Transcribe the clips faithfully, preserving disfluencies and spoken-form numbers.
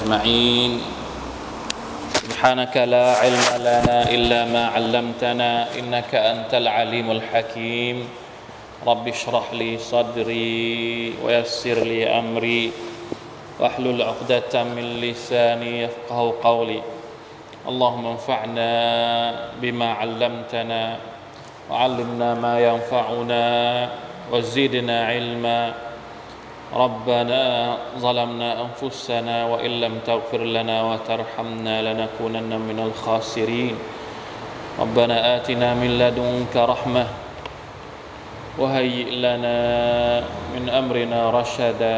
أجمعين سبحانك لا علم لنا إلا ما علمتنا إنك أنت العليم الحكيم رب اشرح لي صدري ويسر لي أمري واحلل عقدة من لساني يفقهوا قولي اللهم انفعنا بما علمتنا وعلمنا ما ينفعنا وزدنا علما ربنا ظلمنا أنفسنا وإن لم تغفر لنا وترحمنا لنكونن من الخاسرين ربنا آتنا من لدنك رحمة وهيئ لنا من أمرنا رشدا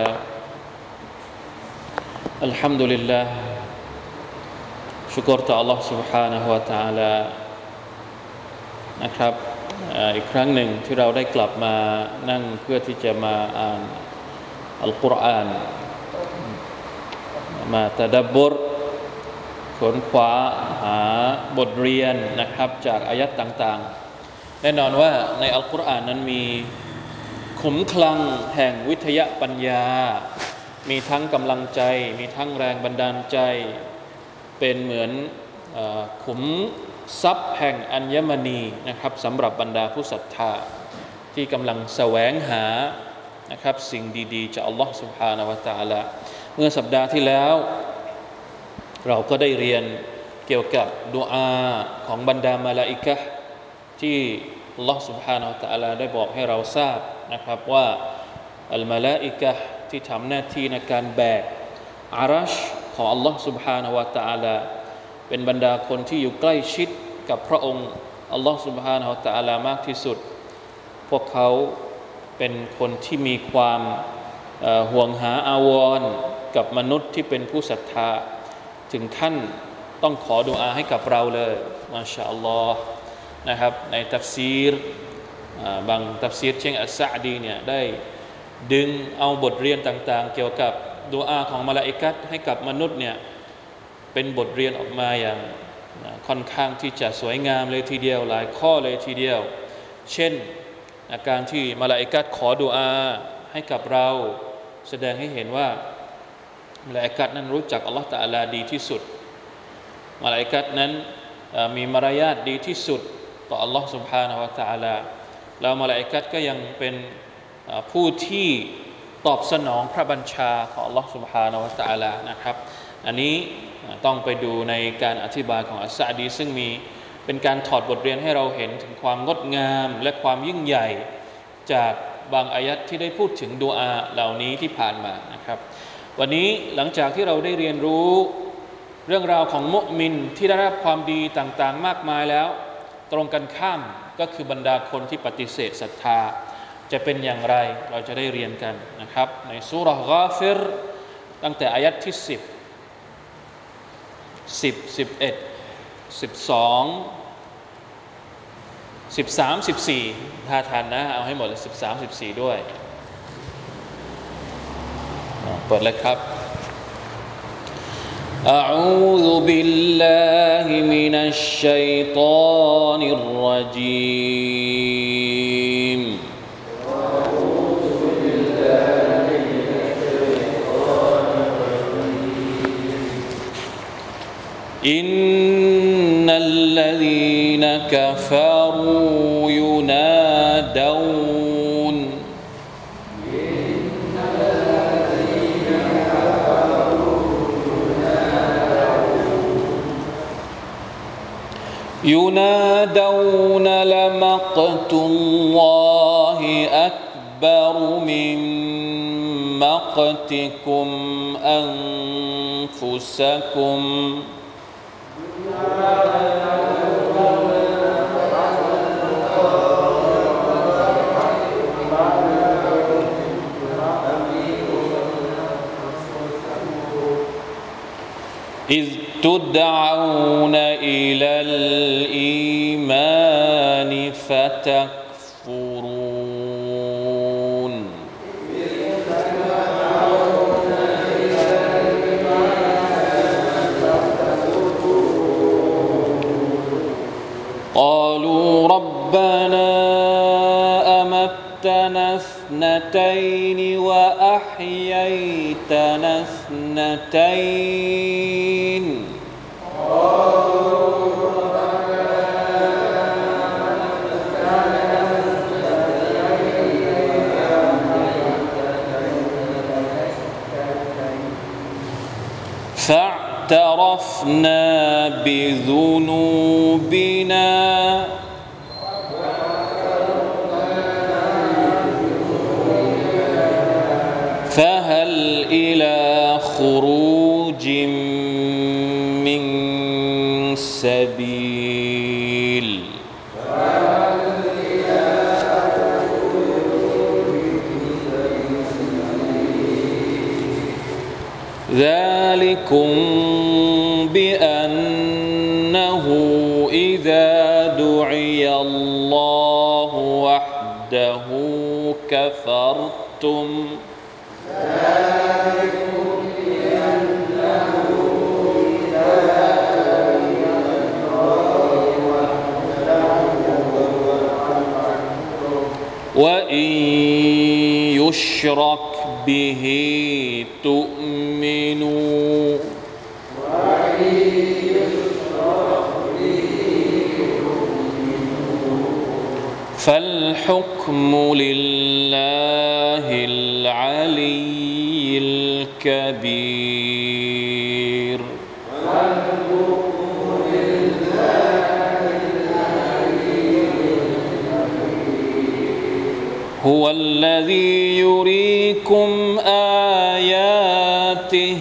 الحمد لله ชุกรต่อ Allah سبحانه และ تعالى นะครับอีกครั้งหนึ่งที่เราได้กลับมานั่งเพื่อที่จะมาอ่านอัลกุรอานมาตะดับบรค้นคว้าหาบทเรียนนะครับจากอายัดต่างๆแน่นอนว่าในอัลกุรอานนั้นมีขุมคลังแห่งวิทยาปัญญามีทั้งกำลังใจมีทั้งแรงบันดาลใจเป็นเหมือนขุมทรัพย์แห่งอัญมณีนะครับสำหรับบรรดาผู้ศรัทธาที่กำลังแสวงหานะครับสิ่งดีๆจากอัลลอฮฺ سبحانه และ تعالى เมื่อสัปดาห์ที่แล้วเราก็ได้เรียนเกี่ยวกับดุอาของบรรดามลาอิกะห์ที่อัลลอฮฺ سبحانه และ تعالى ได้บอกให้เราทราบนะครับว่าอัลมลาอิกะห์ที่ทำหน้าที่ในการแบกอารัชของอัลลอฮฺ سبحانه และ تعالى เป็นบรรดาคนที่อยู่ใกล้ชิดกับพระองค์อัลลอฮฺ سبحانه และ تعالى มากที่สุดพวกเขาเป็นคนที่มีความห่วงหาอาวรณ์กับมนุษย์ที่เป็นผู้ศรัทธาถึงขั้นต้องขอดุอาให้กับเราเลยมาชาอัลลอฮ์นะครับในตัฟซีรบางตัฟซีรเช่นอัสซะอดีเนี่ยได้ดึงเอาบทเรียนต่างๆเกี่ยวกับดุอาของมลาอิกะฮ์ให้กับมนุษย์เนี่ยเป็นบทเรียนออกมาอย่างค่อนข้างที่จะสวยงามเลยทีเดียวหลายข้อเลยทีเดียวเช่นอาการที่มลาอิกะฮ์ขอดุอาให้กับเราแสดงให้เห็นว่ามลาอิกะฮ์นั้นรู้จักอัลลอฮฺตะอาลาดีที่สุดมลาอิกะฮ์นั้นมีมารยาทดีที่สุดต่ออัลลอฮฺ سبحانه และ تعالى แล้วมลาอิกะฮ์ก็ยังเป็นผู้ที่ตอบสนองพระบัญชาของอัลลอฮฺ سبحانه และ تعالى นะครับอันนี้ต้องไปดูในการอธิบายของอัสซะอดีซึ่งมีเป็นการถอดบทเรียนให้เราเห็นถึงความงดงามและความยิ่งใหญ่จากบางอายัดที่ได้พูดถึงดุอาเหล่านี้ที่ผ่านมานะครับวันนี้หลังจากที่เราได้เรียนรู้เรื่องราวของมุมินที่ได้รับความดีต่างๆมากมายแล้วตรงกันข้ามก็คือบรรดาคนที่ปฏิเสธศรัทธาจะเป็นอย่างไรเราจะได้เรียนกันนะครับในซูเราะห์ฆาฟิรตั้งแต่อายัดที่สิบ สิบ สิบเอ็ด สิบสองสิบสาม สิบสี่ถ้าทันนะเอาให้หมดเลยสิบสาม สิบสี่ด้วยเปิดเลยครับ أعوذ بالله من الشيطان الرجيم إن الذين كفروا ينادون ينادون لمقت الله أكبر من مقتكم أنفسكم إذ تدعون إلى الإيمان فتكفرون قالوا ربنا أمتنا اثنتين وأحييتنا اثنتين فاعترفنا بذنوبنا فهل إلى خروج من سبيل ذلكم بأنه إذا دعي الله وحده كفرتم وإن يشرك به تؤمنوا فالحكم لله العلي الكبير هو الذي يريكم آياته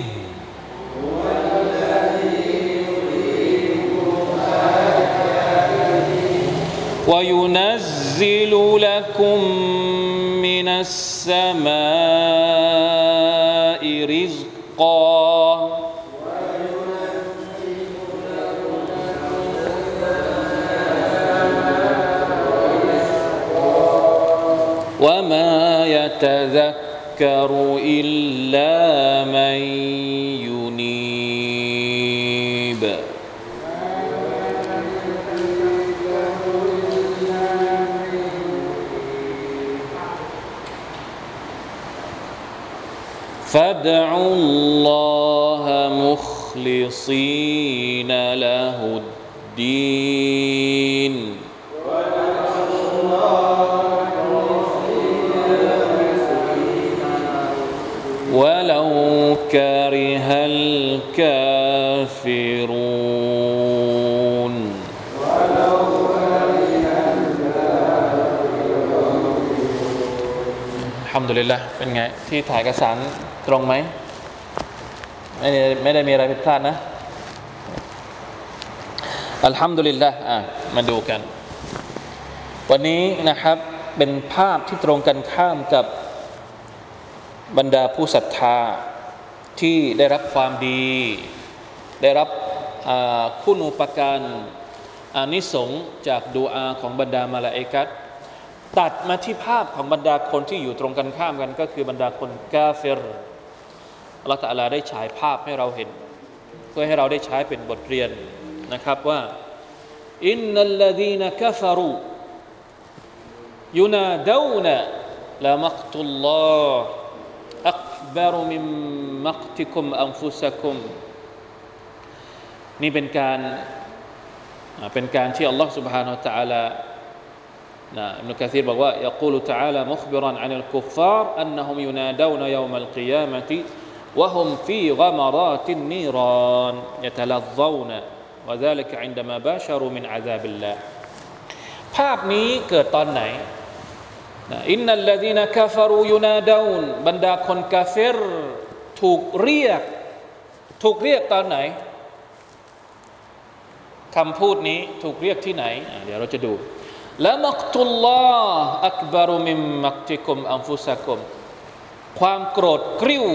وينزل لكم من السماء رزقا وما يتذكر إلا من ينيب فادعوا الله مخلصين له الدين ولو كره الكافرونอัลฮัมดุลิลละห์เป็นไงที่ถ่ายเอกสารตรงไหมไม่ได้ไม่ได้มีอะไรผิดพลาดนะอัลฮัมดุลิลละห์อ่ะมาดูกันวันนี้นะครับเป็นภาพที่ตรงกันข้ามกับบรรดาผู้ศรัทธาที่ได้รับความดีได้รับคุณูปการอานิสงส์จากดุอาของบรรดามลาอิกะฮ์ตัดมาที่ภาพของบรรดาคนที่อยู่ตรงกันข้ามกันก็คือบรรดาคนกาเฟรอัลเลาะห์ตะอาลาได้ฉายภาพให้เราเห็นเพื่อให้เราได้ใช้เป็นบทเรียนนะครับว่าอินนัลลซีนะกัฟรูยุนาดูนะละมักตุลลอฮ์อักบารุมิมมักติกุมอันฟุซะกุมนี่เป็นการเป็นการที่อัลลอฮ์ سبحانه และ تعالى นะอิบนุกะซีรบอกว่า يقول تعالى مخبرا عن الكفار أنهم ينادون يوم القيامة وهم في غمرات النيران يتلظون وذلك عندما باشروا من عذاب الله ภาพนี้เกิดตอนไหนอินนัลลซีนะกัฟรูยูนาดูนบรรดาคนกาเฟรถูกเรียกถูกเรียกตอนไหนคำพูดนี้ถูกเรียกที่ไหนเดี๋ยวเราจะดูละมักตุลลอฮ์อักบารุมิมมักติกุมอันฟุซะกุมความโกรธกริ้ว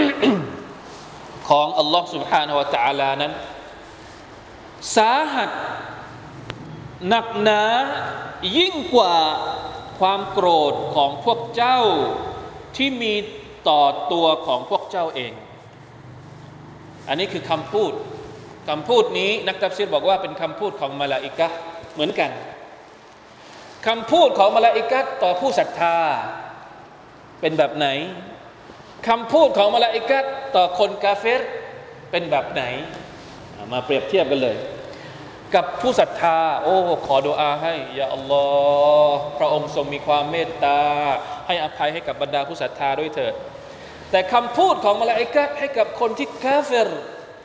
ของอัลลอฮ์ سبحانه และ تعالى นั้นสาหัสหนักหนายิ่งกว่าความโกรธของพวกเจ้าที่มีต่อตัวของพวกเจ้าเองอันนี้คือคำพูดคำพูดนี้นักตัฟซีรบอกว่าเป็นคำพูดของมลาอิกะฮ์เหมือนกันคำพูดของมลาอิกะฮ์ต่อผู้ศรัทธาเป็นแบบไหนคำพูดของมลาอิกะฮ์ต่อคนกาเฟรเป็นแบบไหนมาเปรียบเทียบกันเลยกับผู้ศรัทธาโอ้ขอดุอาให้ยาอัลลอฮ์พระองค์ทรงมีความเมตตาให้อภัยให้กับบรรดาผู้ศรัทธาด้วยเถิดแต่คำพูดของมลาอิกะฮ์ให้กับคนที่กาเฟร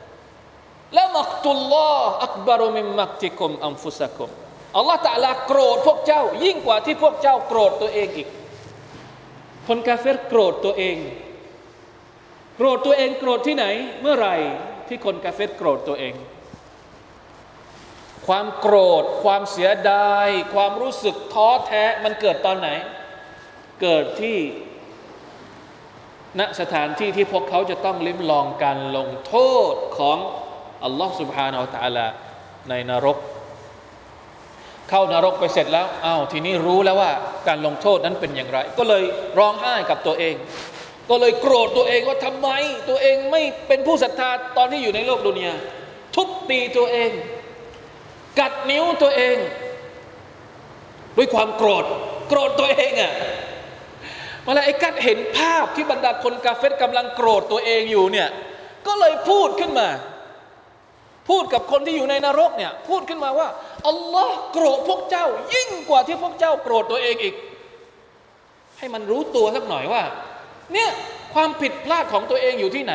ละมักตุลลอฮ์อักบารุมิมมักติกุมอัมฟุซะกุมอัลลอฮ์ตะอาลาโกรธพวกเจ้ายิ่งกว่าที่พวกเจ้าโกรธตัวเองอีกคนกาเฟรโกรธตัวเองโกรธตัวเองโกรธที่ไหนเมื่อไหร่ที่คนกาเฟรโกรธตัวเองความโกรธความเสียดายความรู้สึกท้อแท้มันเกิดตอนไหนเกิดที่ณสถานที่ที่พวกเขาจะต้องลิ้มลองการลงโทษของอัลลอฮฺ سبحانه และ تعالى ในนรกเข้านรกไปเสร็จแล้วอ้าวทีนี้รู้แล้วว่าการลงโทษนั้นเป็นอย่างไรก็เลยร้องไห้กับตัวเองก็เลยโกรธตัวเองว่าทำไมตัวเองไม่เป็นผู้ศรัทธาตอนที่อยู่ในโลกดุนยาทุบตีตัวเองกัดนิ้วตัวเองด้วยความโกรธโกรธตัวเองอ่ะมาลาอิกะฮ์เห็นภาพที่บรรดาคนกาเฟรกำลังโกรธตัวเองอยู่เนี่ยก็เลยพูดขึ้นมาพูดกับคนที่อยู่ในนรกเนี่ยพูดขึ้นมาว่าอัลลอฮ์โกรธพวกเจ้ายิ่งกว่าที่พวกเจ้าโกรธตัวเองอีกให้มันรู้ตัวสักหน่อยว่าเนี่ยความผิดพลาดของตัวเองอยู่ที่ไหน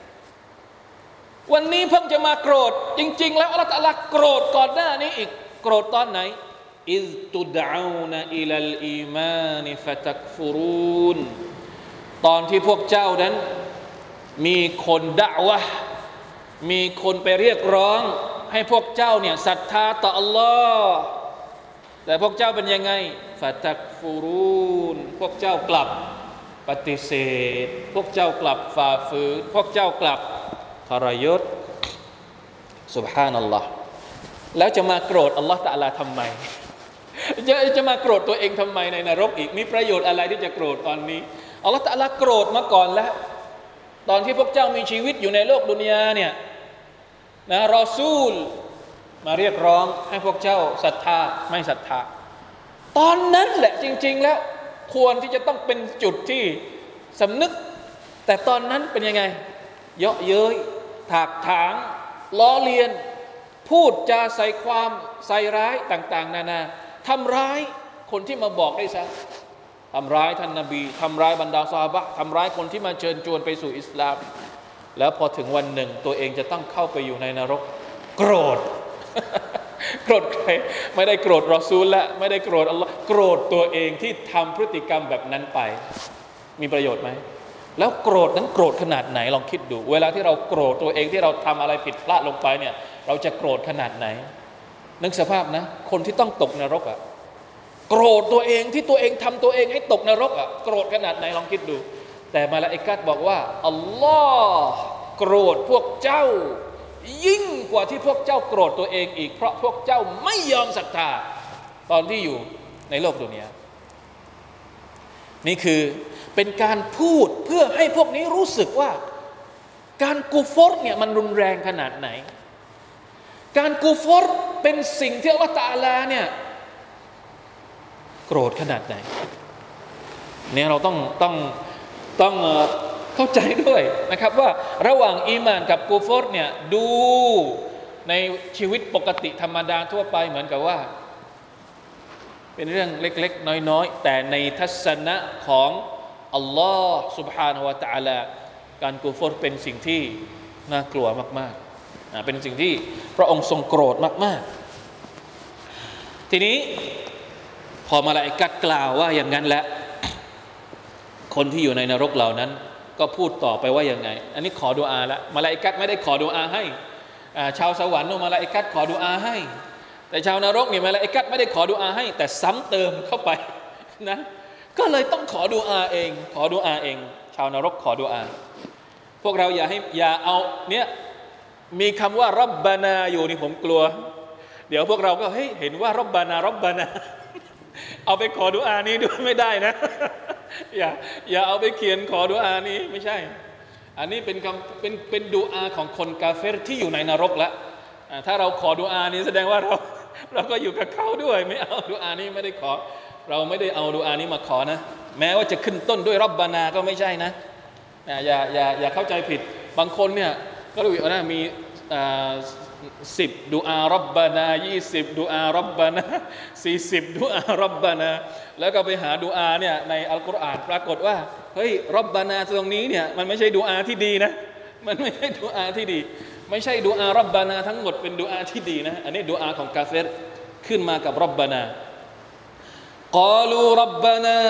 วันนี้เพิ่งจะมาโกรธจริงๆแล้วอัลเลาะห์ตะอาลาโกรธก่อนหน้านี้อีกโกรธตอนไหนอิซตุดอูนอิลัลอีมานฟะตักฟุรูนตอนที่พวกเจ้านั้นมีคนดะอวะห์มีคนไปเรียกร้องให้พวกเจ้าเนี่ยศรัทธาต่ออัลลอฮ์แต่พวกเจ้าเป็นยังไงฟะตักฟุรูนพวกเจ้ากลับปฏิเสธพวกเจ้ากลับฝ่าฝืนพวกเจ้ากลับทรยศซุบฮานัลลอฮ์แล้วจะมาโกรธอัลลอฮ์ตะอาลาทำไมจะจะมาโกรธตัวเองทำไมในนรกอีกมีประโยชน์อะไรที่จะโกรธตอนนี้อัลลอฮ์ตะอาลาโกรธมาก่อนแล้วตอนที่พวกเจ้ามีชีวิตอยู่ในโลกดุนยาเนี่ยนะรอซูลมาเรียกร้องให้พวกเจ้าศรัทธาไม่ศรัทธาตอนนั้นแหละจริงๆแล้วควรที่จะต้องเป็นจุดที่สำนึกแต่ตอนนั้นเป็นยังไงเยาะเย้ยถากถางล้อเลียนพูดจาใส่ความใส่ร้ายต่างๆนานาทำร้ายคนที่มาบอกได้ซะทำร้ายท่านนบีทำร้ายบรรดาซอฮาบะห์ทำร้ายคนที่มาเชิญชวนไปสู่อิสลามแล้วพอถึงวันหนึ่งตัวเองจะต้องเข้าไปอยู่ในนรกโกรธ โกรธใครไม่ได้โกรธรอซูลละไม่ได้โกรธอัลลอฮ์โกรธตัวเองที่ทำพฤติกรรมแบบนั้นไปมีประโยชน์ไหมแล้วโกรธนั้นโกรธขนาดไหนลองคิดดูเวลาที่เราโกรธตัวเองที่เราทำอะไรผิดพลาดลงไปเนี่ยเราจะโกรธขนาดไหนนึกสภาพนะคนที่ต้องตกนรกอ่ะโกรธตัวเองที่ตัวเองทำตัวเองให้ตกนรกอ่ะโกรธขนาดไหนลองคิดดูแต่มาลาอิกะฮ์บอกว่าอัลลอฮ์โกรธพวกเจ้ายิ่งกว่าที่พวกเจ้าโกรธตัวเองอีกเพราะพวกเจ้าไม่ยอมศรัทธาตอนที่อยู่ในโลกดุนยานี่คือเป็นการพูดเพื่อให้พวกนี้รู้สึกว่าการกูฟรเนี่ยมันรุนแรงขนาดไหนการกูฟรเป็นสิ่งที่อัลเลาะห์ตะอาลาเนี่ยโกรธขนาดไหนเนี่ยเราต้องต้องต้องเข้าใจด้วยนะครับว่าระหว่างอีหม่านกับกูฟรเนี่ยดูในชีวิตปกติธรรมดาทั่วไปเหมือนกับว่าเป็นเรื่องเล็กๆน้อยๆแต่ในทัศนะของอัลลอฮ์ سبحانه และ تعالى การกูฟรเป็นสิ่งที่น่ากลัวมากๆเป็นสิ่งที่พระองค์ทรงโกรธมากๆทีนี้พอมลาอิกะฮ์กล่าวว่าอย่างนั้นแล้วคนที่อยู่ในนรกเหล่านั้นก็พูดต่อไปว่ายังไงอันนี้ขอดุอาละมลาอิกะฮ์ไม่ได้ขอดุอาให้ชาวสวรรค์มลาอิกะฮ์ขอดุอาให้แต่ชาวนรกเนี่ยมลาอิกะฮ์ไม่ได้ขอดุอาให้แต่ซ้ำเติมเข้าไปนะก็เลยต้องขอดุอาเองขอดุอาเองชาวนรกขอดุอาพวกเราอย่าให้อย่าเอาเนี่ยมีคำว่ารับบานาอยู่นี่ผมกลัวเดี๋ยวพวกเราก็เฮ้ยเห็นว่ารับบานารับบานาเอาไปขอดุอานี้ด้วยไม่ได้นะอย่าอย่าเอาไปเขียนขอดุอานี้ไม่ใช่อันนี้เป็นคำเป็นเป็นดุอาของคนกาเฟรที่อยู่ในนรกแล้วถ้าเราขอดุอานี้แสดงว่าเราเราก็อยู่กับเขาด้วยไม่เอาดุอานี้ไม่ได้ขอเราไม่ได้เอาดุอานี้มาขอนะแม้ว่าจะขึ้นต้นด้วยรับบานาก็ไม่ใช่นะอย่าอย่าอย่าเข้าใจผิดบางคนเนี่ยก็รู้ว่ามีสิบดุอารับบานายี่สิบดุอารับบานาสี่สิบดุอารับบานาแล้วก็ไปหาดุอาเนี่ยในอัลกุรอานปรากฏว่าเฮ้ยรับบานาตรงนี้เนี่ยมันไม่ใช่ดุอาที่ดีนะมันไม่ใช่ดุอาที่ดีไม่ใช่ดุอารับบานาทั้งหมดเป็นดุอาที่ดีนะอันนี้ดุอาของกาเฟรขึ้นมากับรับบานากาลูรับบานา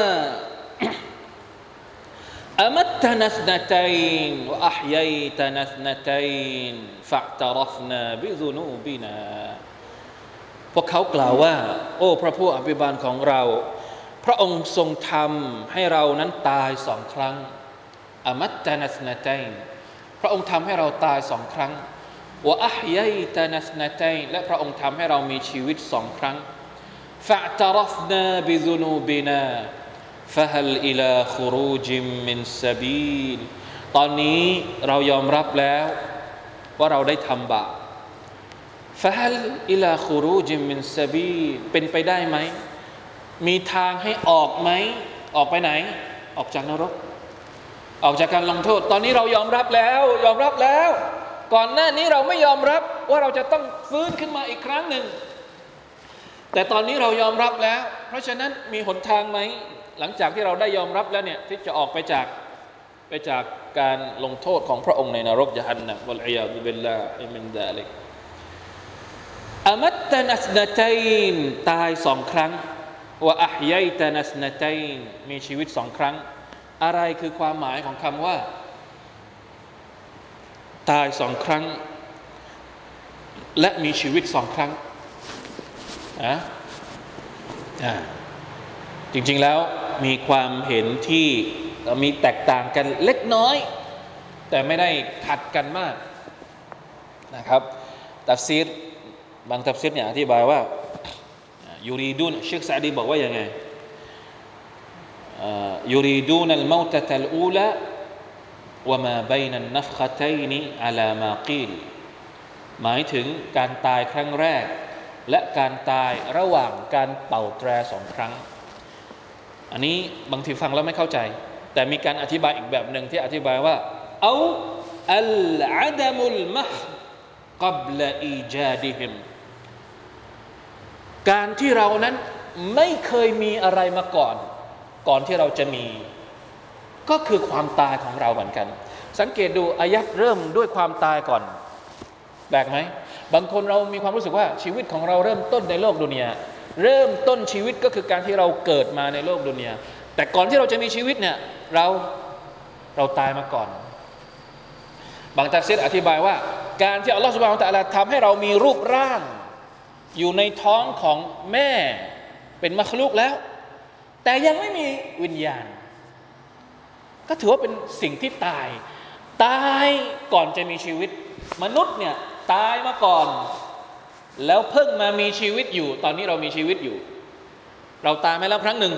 أمتنا اثنتين وأحييتنا اثنتين فاعترفنا بذنوبنا พวกเขากล่าวว่าโอ้พระผู้อภิบาลของเราพระองค์ทรงทำให้เรานั้นตายสองครั้งอะมัตตานัสนาตัยน์พระองค์ทำให้เราตายสองครั้งวะอะฮยัยตานัสนาตัยน์และพระองค์ทำให้เรามีชีวิตสองครั้งฟะอ์ตะรัฟนาบิซุนูบินาفهل إلى خروج من سبيل ตอนนี้เรายอมรับแล้วว่าเราได้ทำบาป فهل إلى خروج من سبيل เป็นไปได้ไหมมีทางให้ออกไหมออกไปไหนออกจากนรกออกจากการลงโทษตอนนี้เรายอมรับแล้วยอมรับแล้วก่อนหน้านี้เราไม่ยอมรับว่าเราจะต้องฟื้นขึ้นมาอีกครั้งหนึ่งแต่ตอนนี้เรายอมรับแล้วเพราะฉะนั้นมีหนทางไหมหลังจากที่เราได้ยอมรับแล้วเนี่ยที่จะออกไปจากไปจากการลงโทษของพระองค์ในนรกยะฮันนัมวัลอียาซุบิลลาฮิมินซาลิกอะมัตตะนัสนะตัยน์ตายสองครั้งวะอะฮยัยตะนัสนะตัยน์มีชีวิตสองครั้งอะไรคือความหมายของคำว่าตายสองครั้งและมีชีวิตสองครั้งอ่ะอ่าจริงๆแล้วมีความเห็นที่มีแตกต่างกันเล็กน้อยแต่ไม่ได้ขัดกันมากนะครับตัฟซีรบางตัฟซีรเนี่ยอธิบายว่ายูรีดูนเชคซะดีบอกว่ายังไงยูรีดูนัลเมาตะตัลอูลาวะมาบัยนันนัฟฆะตัยนอะลามากีลหมายถึงการตายครั้งแรกและการตายระหว่างการเป่าแตรสองครั้งอันนี้บางทีฟังแล้วไม่เข้าใจแต่มีการอธิบายอีกแบบหนึ่งที่อธิบายว่าเอาอัลอะดัมุลมะฮ์กับลอีจาดิฮิมการที่เรานั้นไม่เคยมีอะไรมาก่อนก่อนที่เราจะมีก็คือความตายของเราเหมือนกันสังเกตดูอายัดเริ่มด้วยความตายก่อนแปลกไหมบางคนเรามีความรู้สึกว่าชีวิตของเราเริ่มต้นในโลกดุนยาเริ่มต้นชีวิตก็คือการที่เราเกิดมาในโลกดุนยาแต่ก่อนที่เราจะมีชีวิตเนี่ยเราเราตายมาก่อนบางตัฟซีรอธิบายว่าการที่อัลลอฮฺซุบฮานะฮูวะตะอาลาทำให้เรามีรูปร่างอยู่ในท้องของแม่เป็นมัคลุกแล้วแต่ยังไม่มีวิญญาณก็ถือว่าเป็นสิ่งที่ตายตายก่อนจะมีชีวิตมนุษย์เนี่ยตายมาก่อนแล้วเพิ่งมามีชีวิตอยู่ตอนนี้เรามีชีวิตอยู่เราตายมาแล้วครั้งหนึ่ง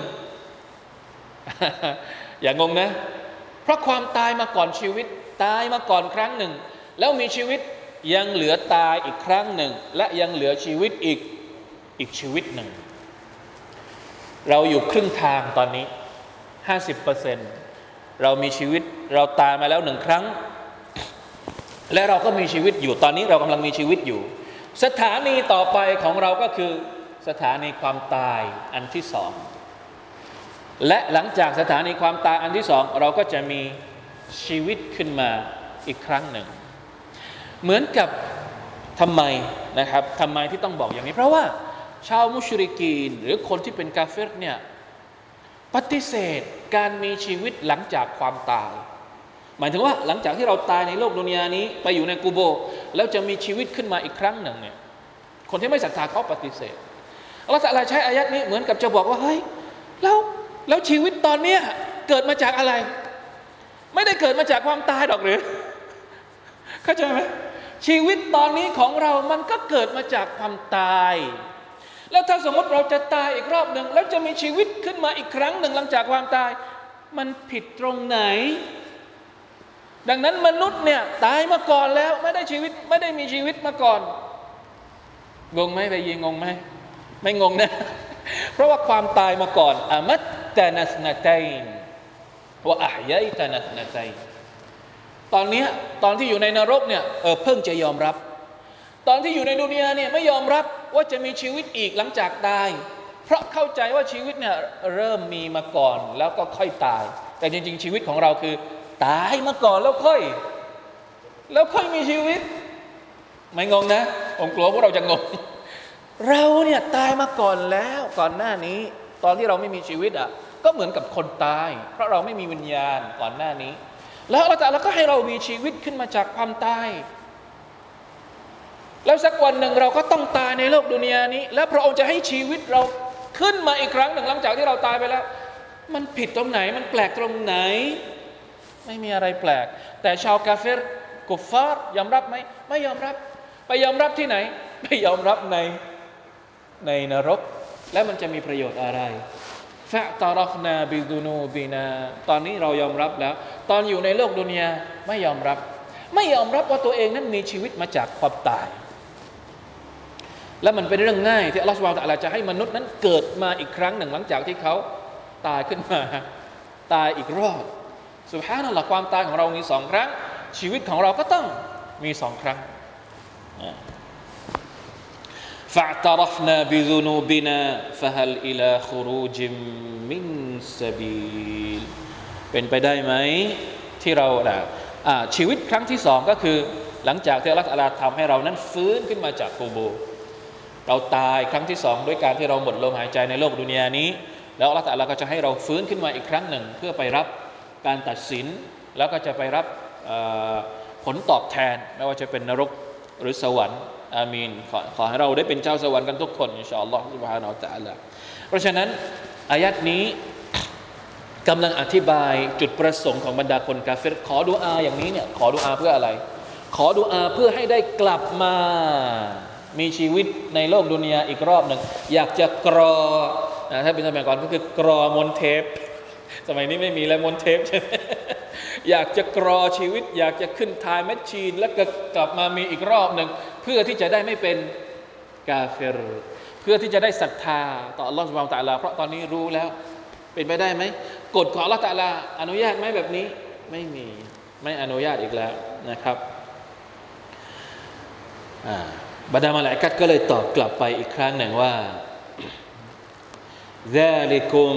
อย่างงงนะเพราะความตายมาก่อนชีวิตตายมาก่อนครั้งหนึ่งแล้วมีชีวิตยังเหลือตายอีกครั้งหนึ่งและยังเหลือชีวิตอีกอีกชีวิตหนึ่งเราอยู่ครึ่งทางตอนนี้ ห้าสิบเปอร์เซ็นต์ เรามีชีวิตเราตายมาแล้วหนึ่งครั้งและเราก็มีชีวิตอยู่ตอนนี้เรากำลังมีชีวิตอยู่สถานีต่อไปของเราก็คือสถานีความตายอันที่สองและหลังจากสถานีความตายอันที่สองเราก็จะมีชีวิตขึ้นมาอีกครั้งหนึ่งเหมือนกับทำไมนะครับทำไมที่ต้องบอกอย่างนี้เพราะว่าชาวมุชริกีนหรือคนที่เป็นกาเฟรเนี่ยปฏิเสธการมีชีวิตหลังจากความตายหมายถึงว่าหลังจากที่เราตายในโลกดุนยานี้ไปอยู่ในกุโบร์แล้วจะมีชีวิตขึ้นมาอีกครั้งหนึ่งเนี่ยคนที่ไม่ศรัทธาเขาปฏิเสธอัลลอฮฺตะอาลาใช้อายัดนี้เหมือนกับจะบอกว่าเฮ้ยแล้วแล้วชีวิตตอนเนี้ยเกิดมาจากอะไรไม่ได้เกิดมาจากความตายหรอกหรือเข้าใจไหมชีวิตตอนนี้ของเรามันก็เกิดมาจากความตายแล้วถ้าสมมติเราจะตายอีกรอบหนึ่งแล้วจะมีชีวิตขึ้นมาอีกครั้งหนึ่งหลังจากความตายมันผิดตรงไหนดังนั้นมนุษย์เนี่ยตายมาก่อนแล้วไม่ได้ชีวิตไม่ได้มีชีวิตมาก่อนงงไหมไปยิงงงไหมไม่งงนะเพราะว่าความตายมาก่อนอะมัตตะนัสนะตัยน์วะอะฮยัยตะนัสนะตัยน์ตอนนี้ตอนที่อยู่ในนรกเนี่ยเออเพิ่งจะยอมรับตอนที่อยู่ในดุนยาเนี่ยไม่ยอมรับว่าจะมีชีวิตอีกหลังจากตายเพราะเข้าใจว่าชีวิตเนี่ยเริ่มมีมาก่อนแล้วก็ค่อยตายแต่จริงๆชีวิตของเราคือตายมาก่อนแล้วค่อยแล้วค่อยมีชีวิตไม่งงนะผมกลัวพวกเราจะงงเราเนี่ยตายมาก่อนแล้วก่อนหน้านี้ตอนที่เราไม่มีชีวิตอ่ะก็เหมือนกับคนตายเพราะเราไม่มีวิญญาณก่อนหน้านี้แล้วอัลเลาะห์ตะอาลาก็ให้เรามีชีวิตขึ้นมาจากความตายแล้วสักวันหนึ่งเราก็ต้องตายในโลกดุนยานี้แล้วพระองค์จะให้ชีวิตเราขึ้นมาอีกครั้งหนึ่งหลังจากที่เราตายไปแล้วมันผิดตรงไหนมันแปลกตรงไหนไม่มีอะไรแปลกแต่ชาวกาเฟรกุฟฟาร์ยอมรับไหมไม่ยอมรับไปยอมรับที่ไหนไม่ยอมรับในในนรกแล้วมันจะมีประโยชน์อะไรฟะตะรัฟนาบิดุนูบินาตอนนี้เรายอมรับแล้วตอนอยู่ในโลกดุนยาไม่ยอมรับไม่ยอมรับว่าตัวเองนั้นมีชีวิตมาจากความตายและมันเป็นเรื่องง่ายที่อัลลอฮฺซุบฮานะฮูวะตะอาลาจะให้มนุษย์นั้นเกิดมาอีกครั้งหนึ่งหลังจากที่เขาตายขึ้นมาตายอีกรอบซุบฮานัลลอฮฺความตายของเรามีสองครั้งชีวิตของเราก็ต้องมีสองครั้งฟะตะรัฟนาบิซุนูบินาฟะฮัลอิลาคุรูจิมมินซะบีลเป็นไปได้ไหมที่เราอ่าชีวิตครั้งที่สองก็คือหลังจากที่อัลเลาะห์ตะอาลาทำให้เรานั้นฟื้นขึ้นมาจากกูโบร์เราตายครั้งที่สองด้วยการที่เราหมดลมหายใจในโลกดุนยานี้แล้วอัลเลาะห์ตะอาลาก็จะให้เราฟื้นขึ้นมาอีกครั้งหนึ่งเพื่อไปรับการตัดสินแล้วก็จะไปรับผลตอบแทนไม่ว่าจะเป็นนรกหรือสวรรค์อามีนขอขอให้เราได้เป็นเจ้าสวรรค์กันทุกคนอินชาอัลลอฮฺซุบฮานะฮูวะตะอาลาเพราะฉะนั้นอายัดนี้กำลังอธิบายจุดประสงค์ของบรรดาคนกาเฟรขอดุอาอย่างนี้เนี่ยขอดุอาเพื่ออะไรขอดุอาเพื่อให้ได้กลับมามีชีวิตในโลกดุนยาอีกรอบหนึ่งอยากจะกรอนะถ้าเป็นสมัยก่อนก็คือกรอมนเทปสมัยนี้ไม่มีแล้วมนเทปใช่ไหมอยากจะกรอชีวิตอยากจะขึ้นไทม์แมชชีนแล้วก็กลับมามีอีกรอบหนึ่งเพื่อที่จะได้ไม่เป็นกาเฟรเพื่อที่จะได้ศรัทธาต่ออัลลอฮฺซุบฮานะฮูวะตะอาลาเพราะตอนนี้รู้แล้วเป็นไปได้ไหมกฎของอัลลอฮฺตะอาลาอนุญาตไหมแบบนี้ไม่มีไม่อนุญาตอีกแล้วนะครับอ่าบรรดามลาอิกะฮ์ก็เลยตอบกลับไปอีกครั้งหนึ่งว่า ذلكم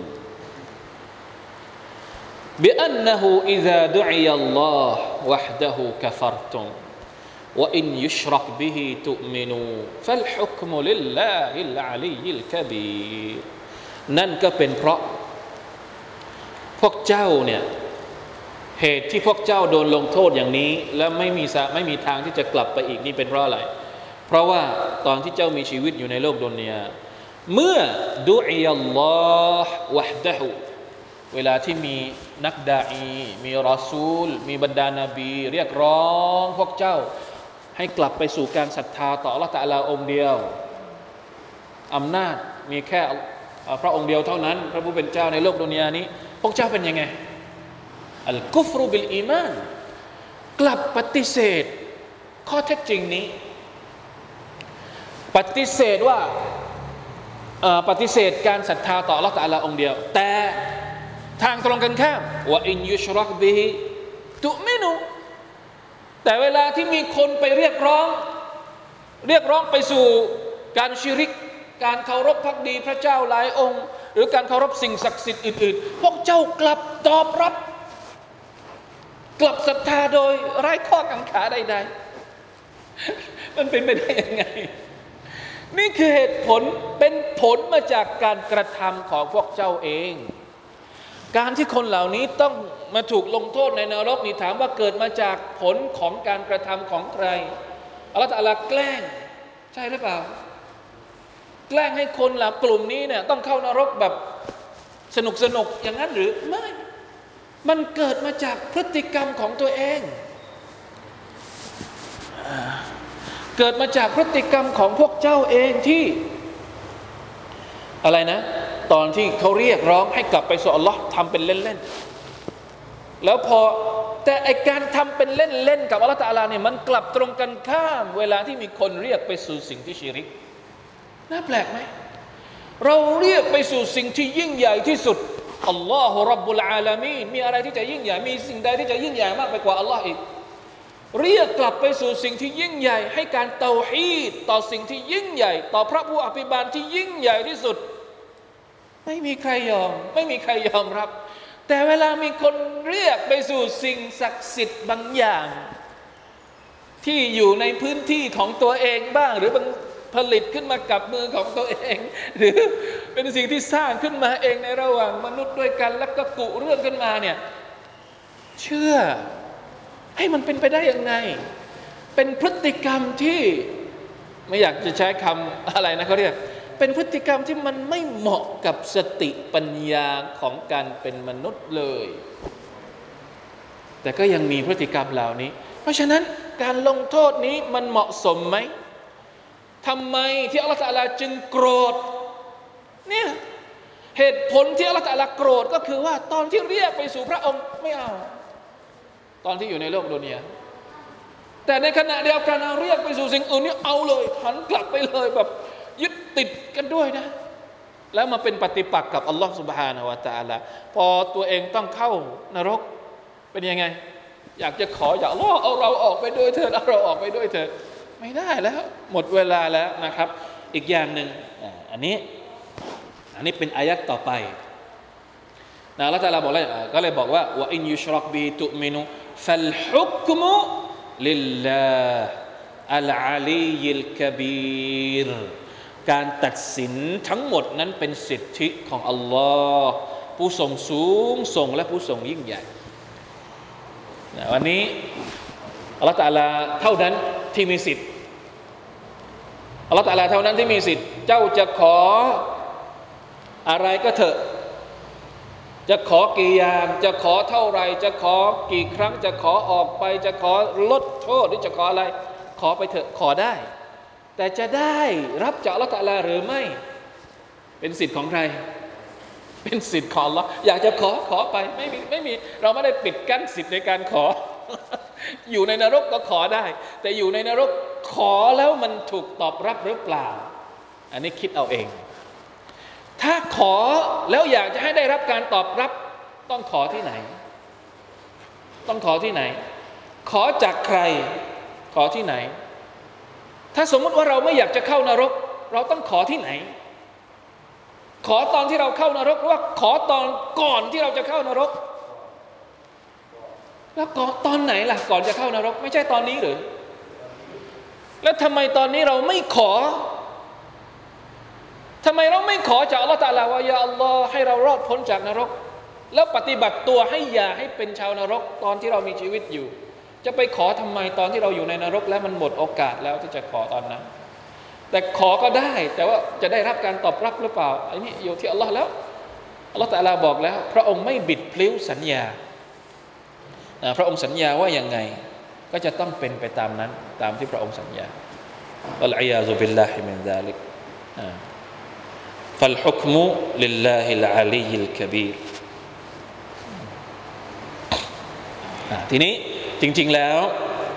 بأنه إذا دعي الله وحده كفرتم وإن يشرك به تؤمنوا فالحكم لله العلي الكبير นั่นก็เป็นเพราะพวกเจ้าเนี่ยเหตุที่พวกเจ้าโดนลงโทษอย่างนี้และไม่มีไม่มีทางที่จะกลับไปอีกนี่เป็นเพราะอะไรเพราะว่าตอนที่เจ้ามีชีวิตอยู่ในโลกดุนยาเมื่อดุอิยัลลอฮ์วะฮดะฮูเวลาที่มีนักดาอีมีรอซูลมีบรรดานาบีเรียกร้องพวกเจ้าให้กลับไปสู่การศรัทธาต่ออัลเลาะห์ตะอาลาองค์เดียวอำนาจมีแค่พระองค์เดียวเท่านั้นพระผู้เป็นเจ้าในโลกดุนยานี้พวกเจ้าเป็นยังไงอัลกุฟรุบิลอีมานกลับปฏิเสธข้อเท็จจริงนี้ปฏิเสธว่าปฏิเสธการศรัทธาต่ออัลเลาะห์ตะอาลาองค์เดียวแต่ทางตรงกันข้ามว่าอินยุชรักบิฮิตุมินุแต่เวลาที่มีคนไปเรียกร้องเรียกร้องไปสู่การชิริกการเคารพภักดีพระเจ้าหลายองค์หรือการเคารพสิ่งศักดิ์สิทธิ์อื่นๆพวกเจ้ากลับตอบรับกลับศรัทธาโดยไร้ข้อกังขาใดๆมันเป็นไปได้ยังไงนี่คือเหตุผลเป็นผลมาจากการกระทำของพวกเจ้าเองการที่คนเหล่านี้ต้องมาถูกลงโทษในนรกนี่ถามว่าเกิดมาจากผลของการกระทำของใครอัลเลาะห์ตะอาลาแกล้งใช่หรือเปล่าแกล้งให้คนเหล่ากลุ่มนี้เนี่ยต้องเข้านรกแบบสนุกสนุกอย่างนั้นหรือไม่มันเกิดมาจากพฤติกรรมของตัวเองเกิดมาจากพฤติกรรมของพวกเจ้าเองที่อะไรนะตอนที่เขาเรียกร้องให้กลับไปสู่อัลลอฮ์ทำเป็นเล่นๆแล้วพอแต่ไอการทำเป็นเล่นๆกับอัลลอฮ์ตะอาลาเนี่ยมันกลับตรงกันข้ามเวลาที่มีคนเรียกไปสู่สิ่งที่ชิริกน่าแปลกไหมเราเรียกไปสู่สิ่งที่ยิ่งใหญ่ที่สุดอัลลอฮฺร็อบบุลอาลามีนมีอะไรที่จะยิ่งใหญ่มีสิ่งใดที่จะยิ่งใหญ่มากไปกว่าอัลลอฮ์อีกเรียกกลับไปสู่สิ่งที่ยิ่งใหญ่ให้การเตาฮีดต่อสิ่งที่ยิ่งใหญ่ต่อพระผู้อภิบาลที่ยิ่งใหญ่ที่สุดไม่มีใครยอมไม่มีใครยอมรับแต่เวลามีคนเรียกไปสู่สิ่งศักดิ์สิทธิ์บางอย่างที่อยู่ในพื้นที่ของตัวเองบ้างหรือบางผลิตขึ้นมากับมือของตัวเองหรือเป็นสิ่งที่สร้างขึ้นมาเองในระหว่างมนุษย์ด้วยกันแล้วก็กุเรื่องขึ้นมาเนี่ยเชื่อให้มันเป็นไปได้ยังไงเป็นพฤติกรรมที่ไม่อยากจะใช้คำอะไรนะเขาเรียกเป็นพฤติกรรมที่มันไม่เหมาะกับสติปัญญาของการเป็นมนุษย์เลยแต่ก็ยังมีพฤติกรรมเหล่านี้เพราะฉะนั้นการลงโทษนี้มันเหมาะสมไหมทำไมที่อัลลอฮฺตะอาลาจึงโกรธเนี่ยเหตุผลที่อัลลอฮฺตะอาลาโกรธก็คือว่าตอนที่เรียกไปสู่พระองค์ไม่เอาตอนที่อยู่ในโลกดุนยาแต่ในขณะเดียวกันเอาเรียกไปสู่สิ่งอื่นนี่เอาเลยหันกลับไปเลยแบบยึดติดกันด้วยนะแล้วมาเป็นปฏิปักษ์กับอัลลอฮฺ سبحانه และ تعالى พอตัวเองต้องเข้านรกเป็นยังไงอยากจะขออย่าอัลลอฮ์เอาเราออกไปด้วยเถิดเอาเราออกไปด้วยเถิดไม่ได้แล้วหมดเวลาแล้วนะครับอีกอย่างหนึ่งอันนี้อันนี้เป็นอายัดต่อไปนะอัลเลาะห์ตะอาลาบอกเลยก็เลยบอกว่าว่าอินยุชรักบิตุมินุฟัลฮุกมุลิลลาห์อัลอาลียิลกะบีรการตัดสินทั้งหมดนั้นเป็นสิทธิของอัลลอฮ์ผู้ทรงสูงส่งและผู้ทรงยิ่งใหญ่นะวันนี้อัลเลาะห์ตะอาลาเท่านั้นที่มีสิทธิ์อัลเลาะห์ตะอาลาเท่านั้นที่มีสิทธิ์เจ้าจะขออะไรก็เถอะจะขอกี่อย่างจะขอเท่าไรจะขอกี่ครั้งจะขอออกไปจะขอลดโทษหรือจะขออะไรขอไปเถอะขอได้แต่จะได้รับจากอัลเลาะห์ตะอาลาหรือไม่เป็นสิทธิ์ของใครเป็นสิทธิ์ของอัลเลาะห์อยากจะขอขอไปไม่มีไม่มีเราไม่ได้ปิดกั้นสิทธิ์ในการขอ อยู่ในนรกก็ขอได้แต่อยู่ในนรกขอแล้วมันถูกตอบรับหรือเปล่าอันนี้คิดเอาเองถ้าขอแล้วอยากจะให้ได้รับการตอบรับต้องขอที่ไหนต้องขอที่ไหนขอจากใครขอที่ไหนถ้าสมมติว่าเราไม่อยากจะเข้านรกเราต้องขอที่ไหนขอตอนที่เราเข้านรกหรือว่าขอตอนก่อนที่เราจะเข้านรกแล้วก่อนตอนไหนล่ะก่อนจะเข้านรกไม่ใช่ตอนนี้หรือแล้วทำไมตอนนี้เราไม่ขอทำไมเราไม่ขอจากอัลลอฮฺตะอาลาว่ายาอัลลอฮ์ให้เรารอดพ้นจากนรกแล้วปฏิบัติตัวให้อย่าให้เป็นชาวนรกตอนที่เรามีชีวิตอยู่จะไปขอทำไมตอนที่เราอยู่ในนรกแล้วมันหมดโอกาสแล้วที่จะขอตอนนั้นแต่ขอก็ได้แต่ว่าจะได้รับการตอบรับหรือเปล่าอันนี้อยู่ที่อัลลอฮ์แล้วอัลลอฮฺตะอาลาบอกแล้วพระองค์ไม่บิดพลิ้วสัญญาพระองค์สัญญาว่ายังไงก็จะต้องเป็นไปตามนั้นตามที่พระองค์สัญญาอัลอียาซุบิลลาฮิมินซาลิกฟัลฮุกมุลิลลาฮิลอาลียิลกะบีรทีนี้จริงๆแล้ว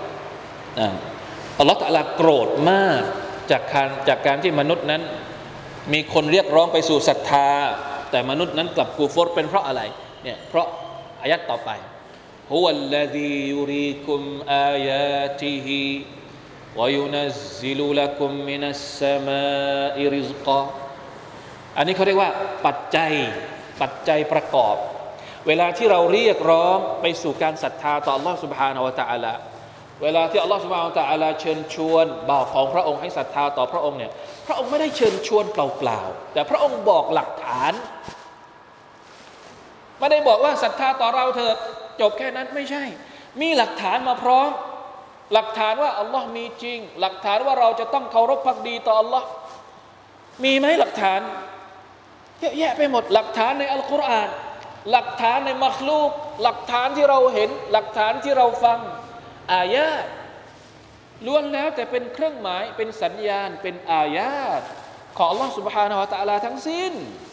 อัลลอฮฺตะอาลาโกรธมากจากการจากการที่มนุษย์นั้นมีคนเรียกร้องไปสู่ศรัทธาแต่มนุษย์นั้นกลับกูฟรเป็นเพราะอะไรเนี่ยเพราะอายัดต่อไปهو الذي يريكم آياته وينزل لكم من السماء رزقا อันนี้เขาเรียกว่าปัจจัยปัจจัยประกอบเวลาที่เราเรียกร้องไปสู่การศรัทธาต่อ Allah سبحانه และ تعالى เวลาที่ Allah سبحانه และ تعالى เชิญชวนบ่าวของพระองค์ให้ศรัทธาต่อพระองค์เนี่ยพระองค์ไม่ได้เชิญชวนเปล่าๆแต่พระองค์บอกหลักฐานไม่ได้บอกว่าศรัทธาต่อเราเถิดจบแค่นั้นไม่ใช่มีหลักฐานมาพร้อมหลักฐานว่าอัลลอฮ์มีจริงหลักฐานว่าเราจะต้องเคารพภักดีต่ออัลลอฮ์มีไหมหลักฐานเยอะแยะไปหมดหลักฐานในอัลกุรอานหลักฐานในมัคลูกหลักฐานที่เราเห็นหลักฐานที่เราฟังอายะห์ล้วนแล้วแต่เป็นเครื่องหมายเป็นสัญญาณเป็นอายะห์ของอัลลอฮ์ سبحانه และ تعالى ทั้งสิ้น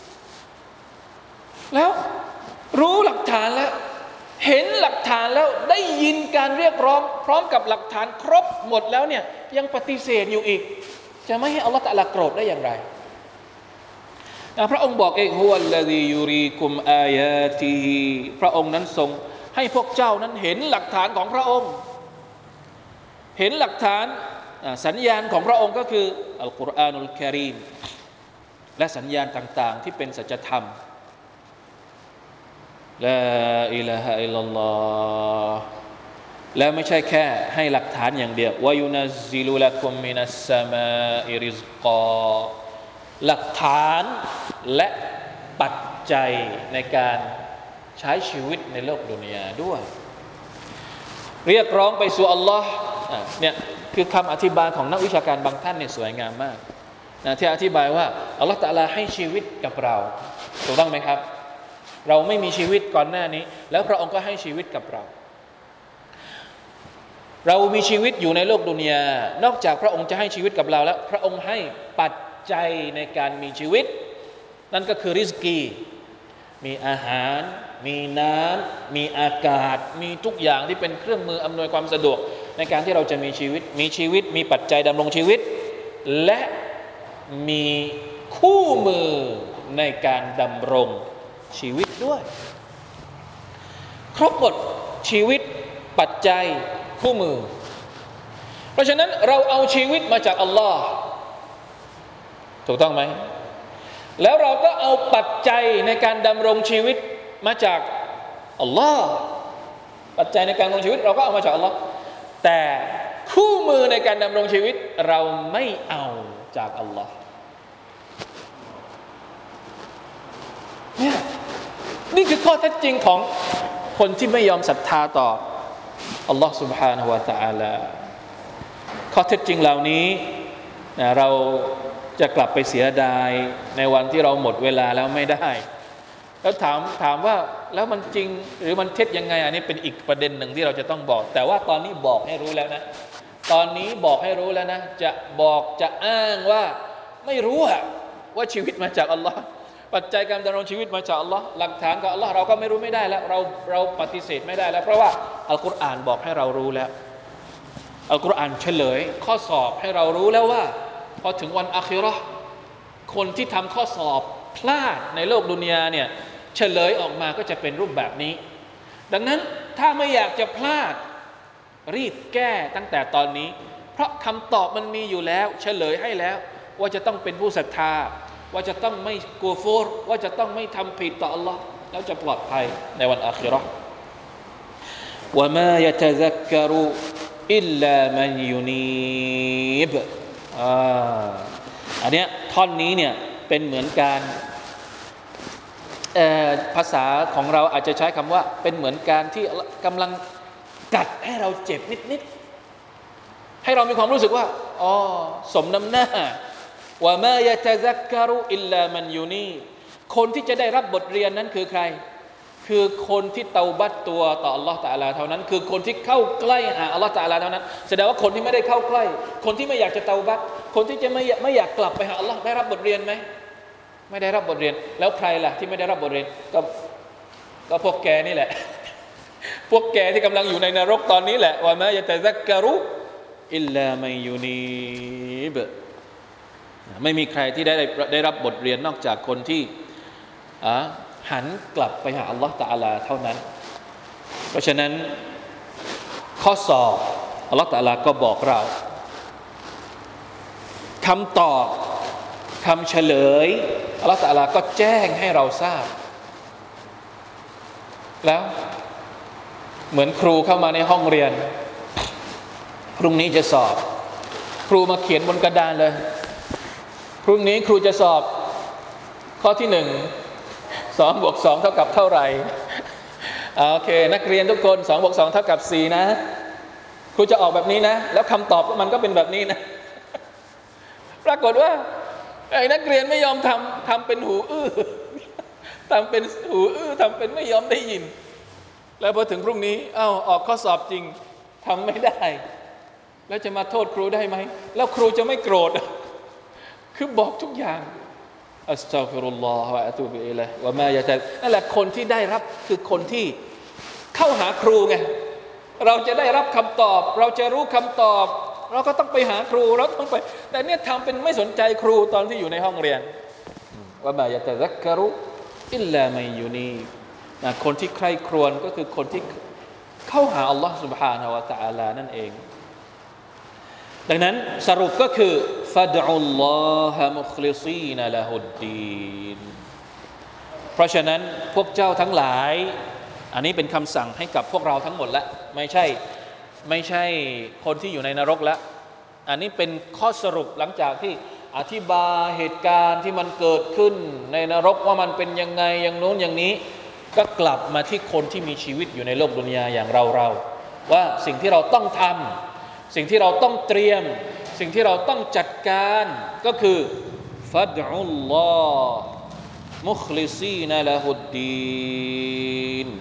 แล้วรู้หลักฐานแล้วเห็นหลักฐานแล้วได้ยินการเรียกร้องพร้อมกับหลักฐานครบหมดแล้วเนี่ยยังปฏิเสธอยู่อีกจะไม่ให้อัลลอฮฺตะอาลาโกรธได้อย่างไรพระองค์บอกเองฮุวัลลซียูรีกุมอายาติฮิพระองค์นั้นทรงให้พวกเจ้านั้นเห็นหลักฐานของพระองค์เห็นหลักฐานสัญญาณของพระองค์ก็คืออัลกุรอานุลกะรีมและสัญญาณต่างๆที่เป็นสัจธรรมลาอิลาฮะอิลลัลลอฮ์แล้วไม่ใช่แค่ให้หลักฐานอย่างเดียววายุนัซซิลุละกุมมินัสสมาอิริซกอหลักฐานและปัจจัยในการใช้ชีวิตในโลกดุนยาด้วยเรียกร้องไปสู่อัลลอฮ์เนี่ยคือคำอธิบายของนักวิชาการบางท่านเนี่ยสวยงามมากนะที่อธิบายว่าอัลลอฮ์ตะอาลาให้ชีวิตกับเราถูกต้องไหมครับเราไม่มีชีวิตก่อนหน้านี้แล้วพระองค์ก็ให้ชีวิตกับเราเรามีชีวิตอยู่ในโลกดุนยานอกจากพระองค์จะให้ชีวิตกับเราแล้วพระองค์ให้ปัจจัยในการมีชีวิตนั่นก็คือริสกีมีอาหารมีน้ำมีอากาศมีทุกอย่างที่เป็นเครื่องมืออำนวยความสะดวกในการที่เราจะมีชีวิตมีชีวิตมีปัจจัยดำรงชีวิตและมีคู่มือในการดำรงชีวิตด้วยครบหมดชีวิตปัจจัยคู่มือเพราะฉะนั้นเราเอาชีวิตมาจากอัลลอฮ์ถูกต้องไหมแล้วเราก็เอาปัจจัยในการดำรงชีวิตมาจากอัลลอฮ์ปัจจัยในการดำรงชีวิตเราก็เอามาจากอัลลอฮ์แต่คู่มือในการดำรงชีวิตเราไม่เอาจากอัลลอฮ์เนี่ยนี่คือข้อเท็จจริงของคนที่ไม่ยอมศรัทธาต่ออัลลอฮ์ سبحانه และ تعالى ข้อเท็จจริงเหล่านี้นะเราจะกลับไปเสียดายในวันที่เราหมดเวลาแล้วไม่ได้แล้วถามถามว่าแล้วมันจริงหรือมันเท็จยังไงอันนี้เป็นอีกประเด็นหนึ่งที่เราจะต้องบอกแต่ว่าตอนนี้บอกให้รู้แล้วนะตอนนี้บอกให้รู้แล้วนะจะบอกจะอ้างว่าไม่รู้อะว่าชีวิตมาจากอัลลอฮ์ปัจจัยการดำรงชีวิตมาจากอัลลอฮ์หลักฐานของอัลลอฮ์เราก็ไม่รู้ไม่ได้แล้วเราเราปฏิเสธไม่ได้แล้วเพราะว่าอัลกุรอานบอกให้เรารู้แล้วอัลกุรอานเฉลยข้อสอบให้เรารู้แล้วว่าพอถึงวันอาคิเราะห์คนที่ทำข้อสอบพลาดในโลกดุนยาเนี่ยเฉลยออกมาก็จะเป็นรูปแบบนี้ดังนั้นถ้าไม่อยากจะพลาดรีบแก้ตั้งแต่ตอนนี้เพราะคำตอบมันมีอยู่แล้วเฉลยให้แล้วว่าจะต้องเป็นผู้ศรัทธาว่าจะต้องไม่กูฟรว่าจะต้องไม่ทำผิดต่อ Allah แล้วจะปลอดภัยในวันอาคิเราะห์วะมายะตะซักกะรุอิลลามันยุนีบอ่าอันเนี้ยท่อนนี้เนี่ยเป็นเหมือนการภาษาของเราอาจจะใช้คำว่าเป็นเหมือนการที่กำลังกัดให้เราเจ็บนิดๆให้เรามีความรู้สึกว่าอ๋อสมน้ำหน้าว่ามา ยะตะซักกะรุอิลลามันยูนีคนที่จะได้รับบทเรียนนั้นคือใครคือคนที่เตาบัตตัวต่ออัลลอฮฺตะอาลาเท่านั้นคือคนที่เข้าใกล้หาอัลลอฮฺตะอาลาเท่านั้นแสดงว่าคนที่ไม่ได้เข้าใกล้คนที่ไม่อยากจะเตาบัตคนที่จะไม่ไม่อยากกลับไปหาอัลลอฮฺได้รับบทเรียนไหมไม่ได้รับบทเรียนแล้วใครล่ะที่ไม่ได้รับบทเรียนก็ก็พวกแกนี่แหละพวกแกที่กำลังอยู่ในนรกตอนนี้แหละว่ามา ยะตะซักกะรุอิลลามันยูนีบไม่มีใครที่ได้ได้รับบทเรียนนอกจากคนที่อ่ะหันกลับไปหาอัลลอฮฺตะอาลาเท่านั้นเพราะฉะนั้นข้อสอบอัลลอฮฺตะอาลาก็บอกเราคำตอบคำเฉลยอัลลอฮฺตะอาลาก็แจ้งให้เราทราบแล้วเหมือนครูเข้ามาในห้องเรียนพรุ่งนี้จะสอบครูมาเขียนบนกระดานเลยพรุ่งนี้ครูจะสอบข้อที่หนึ่งสองบวกสองเท่ากับเท่าไหร่โอเคนักเรียนทุกคนสองบวกสองเท่ากับสี่นะครูจะออกแบบนี้นะแล้วคำตอบมันก็เป็นแบบนี้นะปรากฏว่าไอ้นักเรียนไม่ยอมทำทำเป็นหูอื้อทำเป็นหูอื้อทำเป็นไม่ยอมได้ยินแล้วพอถึงพรุ่งนี้อ้าวออกข้อสอบจริงทำไม่ได้แล้วจะมาโทษครูได้ไหมแล้วครูจะไม่โกรธคือบอกทุกอย่างอัสตัฆฟิรุลลอฮฺวะอะตูบิอิลัยฮิวะมายะตะนั่นแหละคนที่ได้รับคือคนที่เข้าหาครูไงเราจะได้รับคำตอบเราจะรู้คำตอบเราก็ต้องไปหาครูเราต้องไปแต่เนี่ยทำเป็นไม่สนใจครูตอนที่อยู่ในห้องเรียนวะมายะตะซักกะรุอิลลามันยูนีนะคนที่ใคร่ครวญก็คือคนที่เข้าหาอัลลอฮฺ سبحانه และ تعالى นั่นเองดังนั้นสรุปก็คือฟะดุลลอฮะมุคลิซีนละฮุดดีนเพราะฉะนั้นพวกเจ้าทั้งหลายอันนี้เป็นคำสั่งให้กับพวกเราทั้งหมดแล้วไม่ใช่ไม่ใช่คนที่อยู่ในนรกแล้วอันนี้เป็นข้อสรุปหลังจากที่อธิบายเหตุการณ์ที่มันเกิดขึ้นในนรกว่ามันเป็นยังไงอย่างโน้นอย่างนี้ก็กลับมาที่คนที่มีชีวิตอยู่ในโลกดุนยาอย่างเราเราว่าสิ่งที่เราต้องทำสิ่งที่เราต้องเตรียมสิ่งที่เราต้องจัดการก็คือฟัดอุลลอฮ์มุคลิซีนละฮุดดีน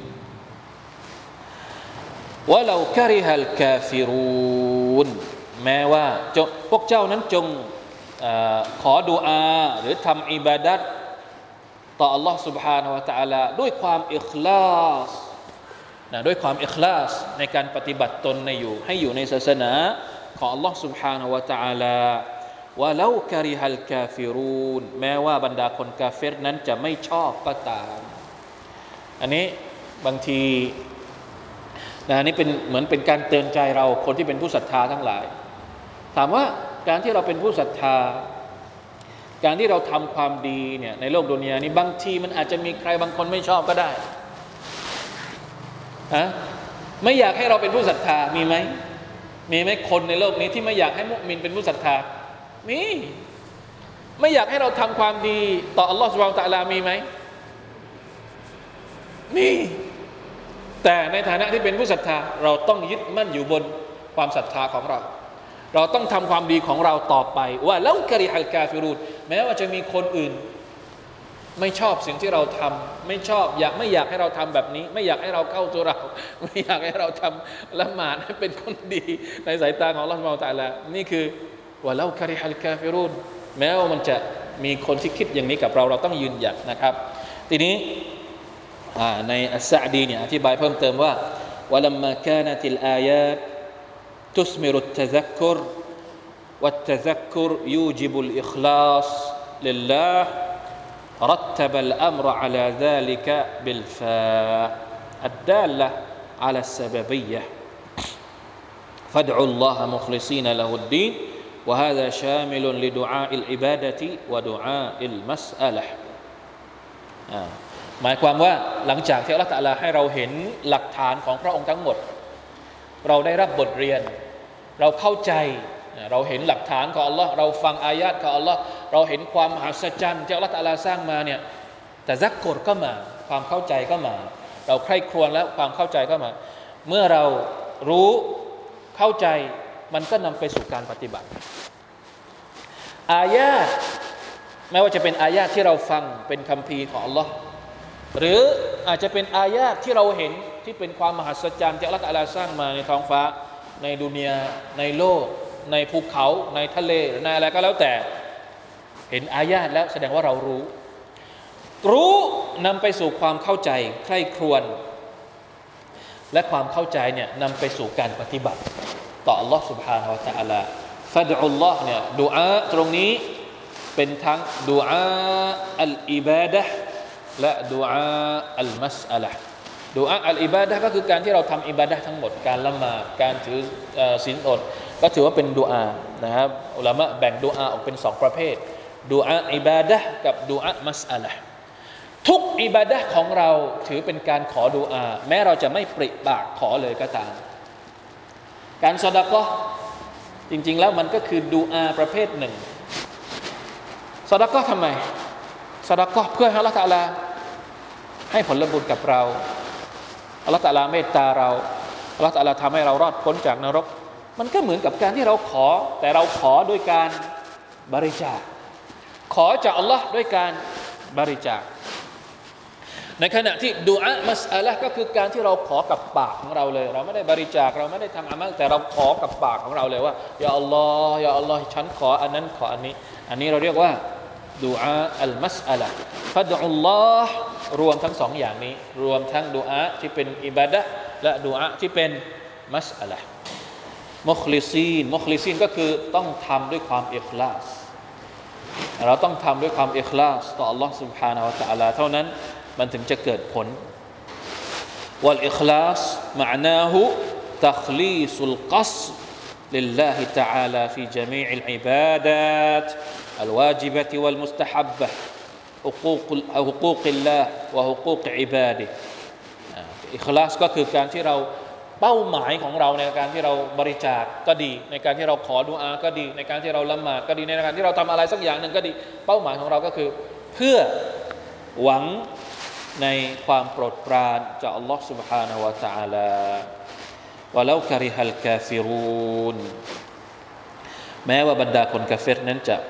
วะลาคริฮัลกาฟิรูนแม้ว่าพวกเจ้านั้นจงเอ่อขอดุอาหรือทำอิบาดัตต่อ Allah سبحانه และ تعالى ด้วยความอิคลาสนะด้วยความอิคลาสในการปฏิบัติตนในอยู่ให้อยู่ในศาสนาของ Allah سبحانه และ تعالى ว่าลากริฮัลกาฟิรูนแม้ว่าบรรดาคนกาเฟรนั้นจะไม่ชอบก็ตามอันนี้บางทีนะนี่เป็นเหมือนเป็นการเตือนใจเราคนที่เป็นผู้ศรัทธาทั้งหลายถามว่าการที่เราเป็นผู้ศรัทธาการที่เราทำความดีเนี่ยในโลกดุนยานี้บางทีมันอาจจะมีใครบางคนไม่ชอบก็ได้ฮะไม่อยากให้เราเป็นผู้ศรัทธามีไหมมีไหมคนในโลกนี้ที่ไม่อยากให้มุมินเป็นผู้ศรัทธามีไม่อยากให้เราทำความดีต่ออัลลอฮฺซุบฮานะฮูวะตะอาลามีไหมมีแต่ในฐานะที่เป็นผู้ศรัทธาเราต้องยึดมั่นอยู่บนความศรัทธาของเราเราต้องทำความดีของเราต่อไปว่าแล้วกะริฮัลกาฟิรูนแม้ว่าจะมีคนอื่นไม่ชอบสิ่งที่เราทำไม่ชอบอยากไม่อยากให้เราทำแบบนี้ไม่อยากให้เราเข้าตัวเราไม่อยากให้เราทำละหมาดให้เป็นคนดีในสายตาของอัลเลาะห์ซุบฮานะฮูวะตะอาลานี่คือว่าแล้วกะริฮัลกาฟิรูนแม้ว่ามันจะมีคนที่คิดอย่างนี้กับเราเราต้องยืนหยัดนะครับทีนี้ในอัสซะอ์ดีเนี่ยอธิบายเพิ่มเติมว่าวะลัมมา كانت الآيات تثمر التذكر والتذكر يوجب الإخلاص لله رتب الأمر على ذلك بالفاء الدالة على السببية فادعوا الله مخلصين له الدين وهذا شامل لدعاء العبادة ودعاء المسألة หมายความว่าหลังจากที่อัลเลาะห์ตะอาลาให้เราเห็นหลักฐานของพระองค์ทั้งหมดเราได้รับบทเรียนเราเข้าใจเราเห็นหลักฐานของอัลลอฮ์เราฟังอายะห์ของอัลลอฮ์เราเห็นความมหัศจรรย์ที่อัลเลาะห์ตะอาลาสร้างมาเนี่ยแต่ซักกุรก็มาความเข้าใจก็มาเราใคร่ครวญแล้วความเข้าใจก็มาเมื่อเรารู้เข้าใจมันก็นำไปสู่การปฏิบัติอายะห์ไม่ว่าจะเป็นอายะห์ที่เราฟังเป็นคัมภีร์ของอัลลอฮ์หรืออาจจะเป็นอายะห์ที่เราเห็นที่เป็นความมหัศจรรย์ที่อัลเลาะห์ตะอาลาสร้างมาในท้องฟ้าในดุนยาในโลกในภูเขาในทะเลหรือในอะไรก็แล้วแต่เห็นอายะห์แล้วแสดงว่าเรารู้รู้นำไปสู่ความเข้าใจใคร่ครวญและความเข้าใจเนี่ยนำไปสู่การปฏิบัติต่ออัลลอฮ์ سبحانه และ تعالى ฟะดุอุลลอฮ์เนี่ยดุอาตรงนี้เป็นทั้งดุอาอัลอิบาดะห์และดุอาอัลมัสอะละห์ดุอาอัลอิบาดะห์ก็คือการที่เราทำอิบาดะห์ทั้งหมดการละหมาดการถือศีลอดก็ถือว่าเป็นดุอานะครับอุลามะแบ่งดุอาออกเป็นสองประเภทดุอาอิบาดะห์กับดุอามัสอะละห์ทุกอิบาดะห์ของเราถือเป็นการขอดุอาแม้เราจะไม่ปริปากขอเลยก็ตามการซอดาเกาะห์จริงๆแล้วมันก็คือดุอาประเภทหนึ่งซอดาเกาะห์ทำไมซอดาเกาะห์เพื่อให้อัลเลาะห์ตะอาลาให้ผลบุญกับเราอัลเลาะห์ตะอาลาเมตตาเราอัลเลาะห์ตะอาลาทำให้เรารอดพ้นจากนรกมันก็เหมือนกับการที่เราขอแต่เราขอด้วยการบริจาคขอจากอัลลอฮ์ด้วยการบริจาคในขณะที่ดุอามัสอะละห์ก็คือการที่เราขอกับปากของเราเลยเราไม่ได้บริจาคเราไม่ได้ทำอามัลแต่เราขอกับปากของเราเลยว่ายาอัลลอฮ์ยาอัลลอฮ์ฉันขออันนั้นขออันนี้อันนี้เราเรียกว่าดุอาอัลมัสอะละห์ฟัดอุลลอฮ์รวมทั้งสองอย่างนี้รวมทั้งดุอาที่เป็นอิบาดะห์และดุอาที่เป็นมัสอะละห์มุคลิซีนมุคลิซีนก็คือต้องทำด้วยความอิคลาสเราต้องทำด้วยความอิคลาสต่อ Allah سبحانه และ تعالى เท่านั้นมันถึงจะเกิดผลวัลอิคลาสมะอ์นาฮุตัคลีซุลกัศด لله تعالى في جميع العبادات الواجبة والمستحبة حقوق حقوق الله وحقوق عباده อิคลาสก็คือการที่เราเป้าหมายของเราในการที่เราบริจาคก็ดีในการที่เราขอดุอาก็ดีในการที่เราละหมาดก็ดีในการที่เราทำอะไรสักอย่างหนึ่งก็ดีเป้าหมายของเราก็คือเพื่อหวังในความโปรดปรานจากอัลลอฮฺ سبحانه และ تعالى วะลาคาริฮัลกาฟิรูนแม้ว่าบรรดาคนกาเฟรนั้นจะ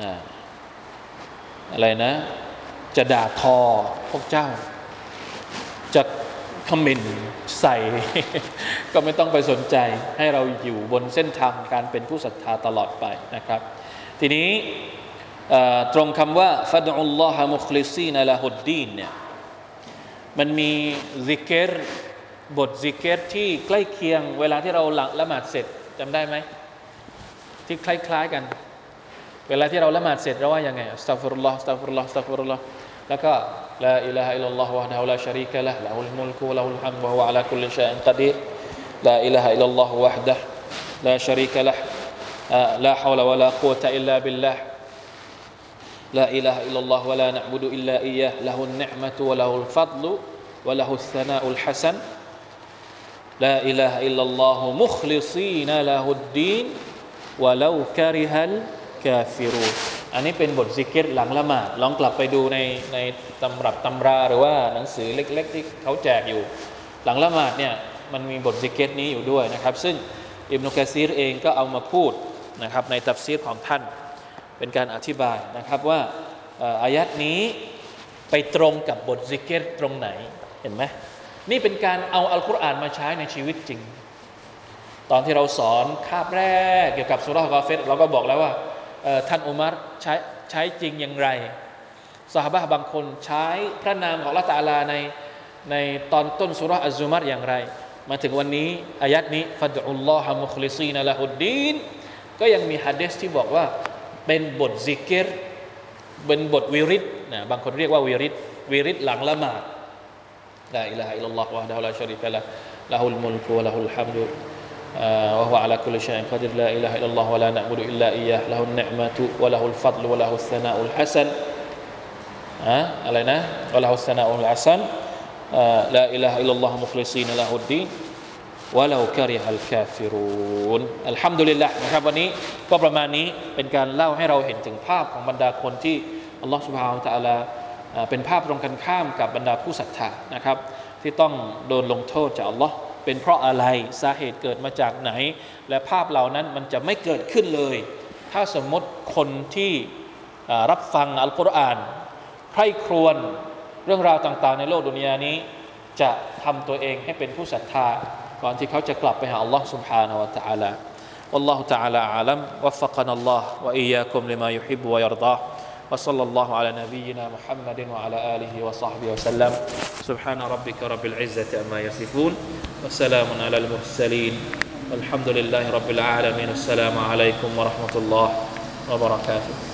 อะไรนะจะด่าทอพวกเจ้าจะคอมเมนต์ใส่ ก็ไม่ต้องไปสนใจให้เราอยู่บนเส้นทางการเป็นผู้ศรัทธาตลอดไปนะครับทีนี้ตรงคำว่าฟัดอุลลอฮะมุคลิซีนละฮุดดีนเนี่ยมันมีซิกรบทซิกรที่ใกล้เคียงเวลาที่เราละหมาดเสร็จจำได้ไหมที่คล้ายๆกันเวลาที่เราละหมาดเสร็จเราว่ายังไงอัสตัฆฟิรุลลอฮ์อัสตัฆฟิรุลลอฮ์อัสตัฆฟิรุลลอฮ์แล้วก็ลาอิลาฮะอิลลัลลอฮ์วะฮ์ดะฮูลาชะรีกะละฮ์ละฮุลมุลกุวะละฮุลฮัมดุวะฮุวะอะลาคุลลิชัยอินกอดีรลาอิลาฮะอิลลัลลอฮ์วะฮ์ดะฮูลาชะรีกะละฮ์ลาฮาวละวะลากุวะตะอิลลาบิลลาฮ์لا إله إلا الله ولا نعبد إلا إياه له النعمة وله الفضل وله الثناء الحسن لا إله إلا الله مخلصين له الدين ولو كره الكافرون อันนี้เป็นบทซิกรหลังละหมาดลองกลับไปดูในในตำรับตำราหรือว่าหนังสือเล็กๆที่เขาแจกอยู่หลังละหมาดเนี่ยมันมีบทซิกรนี้อยู่ด้วยนะครับซึ่งอิบนุกะซีรเองก็เอามาพูดนะครับในตัฟซีรของท่านเป็นการอธิบายนะครับว่าอายัดนี้ไปตรงกับบทซิกรตรงไหนเห็นไหมนี่เป็นการเอาอัลกุรอานมาใช้ในชีวิตจริงตอนที่เราสอนคาบแรกเกี่ยวกับซูเราะห์กอฟิรเราก็บอกแล้วว่าท่านอุมัรใช้ใช้จริงอย่างไรซอฮาบะห์บางคนใช้พระนามของอัลเลาะห์ตะอาลาในในตอนต้นซูเราะห์อัซซุมัรอย่างไรมาถึงวันนี้อายัดนี้ฟัดอุลลอฮะมุคลิซีนละฮุดดีนก็ยังมีหะดีษที่บอกว่าเป็นบทซิกรเป็นบทวิริตนะบางคนเรียกว่าวิริตวิริตหลังละหมาดลาอิลาฮะอิลลัลลอฮ์วะฮ์ดะฮูลาชะรีกะละฮ์ละฮุลมุลกุวะละฮุลฮัมดุวะฮุวะอะลาคุลลิชัยอินกอดีรลาอิลาฮะอิลลัลลอฮ์วะลานะอ์บุดุอิลลาอิยยาฮ์ละฮุนนิอ์มะตุวะละฮุลฟัฎลุวะละฮุสซะนาอุลฮัสันอะอะไรนะวะละฮุสซะนาอุลฮัสันลาอิลาฮะอิลลัลลอฮ์มุคลิซีนละฮุดดีนวะลาคาริฮัลกาฟิรูนอัลฮัมดุลิลละห์นะครับวันนี้ก็ประมาณนี้เป็นการเล่าให้เราเห็นถึงภาพของบรรดาคนที่อัลลอฮฺซุบฮานะฮูวะตะอาลาเป็นภาพตรงกันข้ามกับบรรดาผู้ศรัทธานะครับที่ต้องโดนลงโทษจากอัลลอฮ์เป็นเพราะอะไรสาเหตุเกิดมาจากไหนและภาพเหล่านั้นมันจะไม่เกิดขึ้นเลยถ้าสมมติคนที่รับฟังอัลกุรอานใคร่ครวญเรื่องราวต่างๆในโลกดุนยานี้จะทำตัวเองให้เป็นผู้ศรัทธาก่อนที่เขาจะกลับไปหาอัลลอฮ์ سبحانه และ تعالى والله تعالى أعلم وفقنا الله وإياكم لما يحب ويرضاه وصلى الله على نبينا محمد وعلى آله وصحبه وسلم سبحان ربك رب العزة عما يصفون وسلام على المرسلين والحمد لله رب العالمين السلام عليكم ورحمة الله وبركاته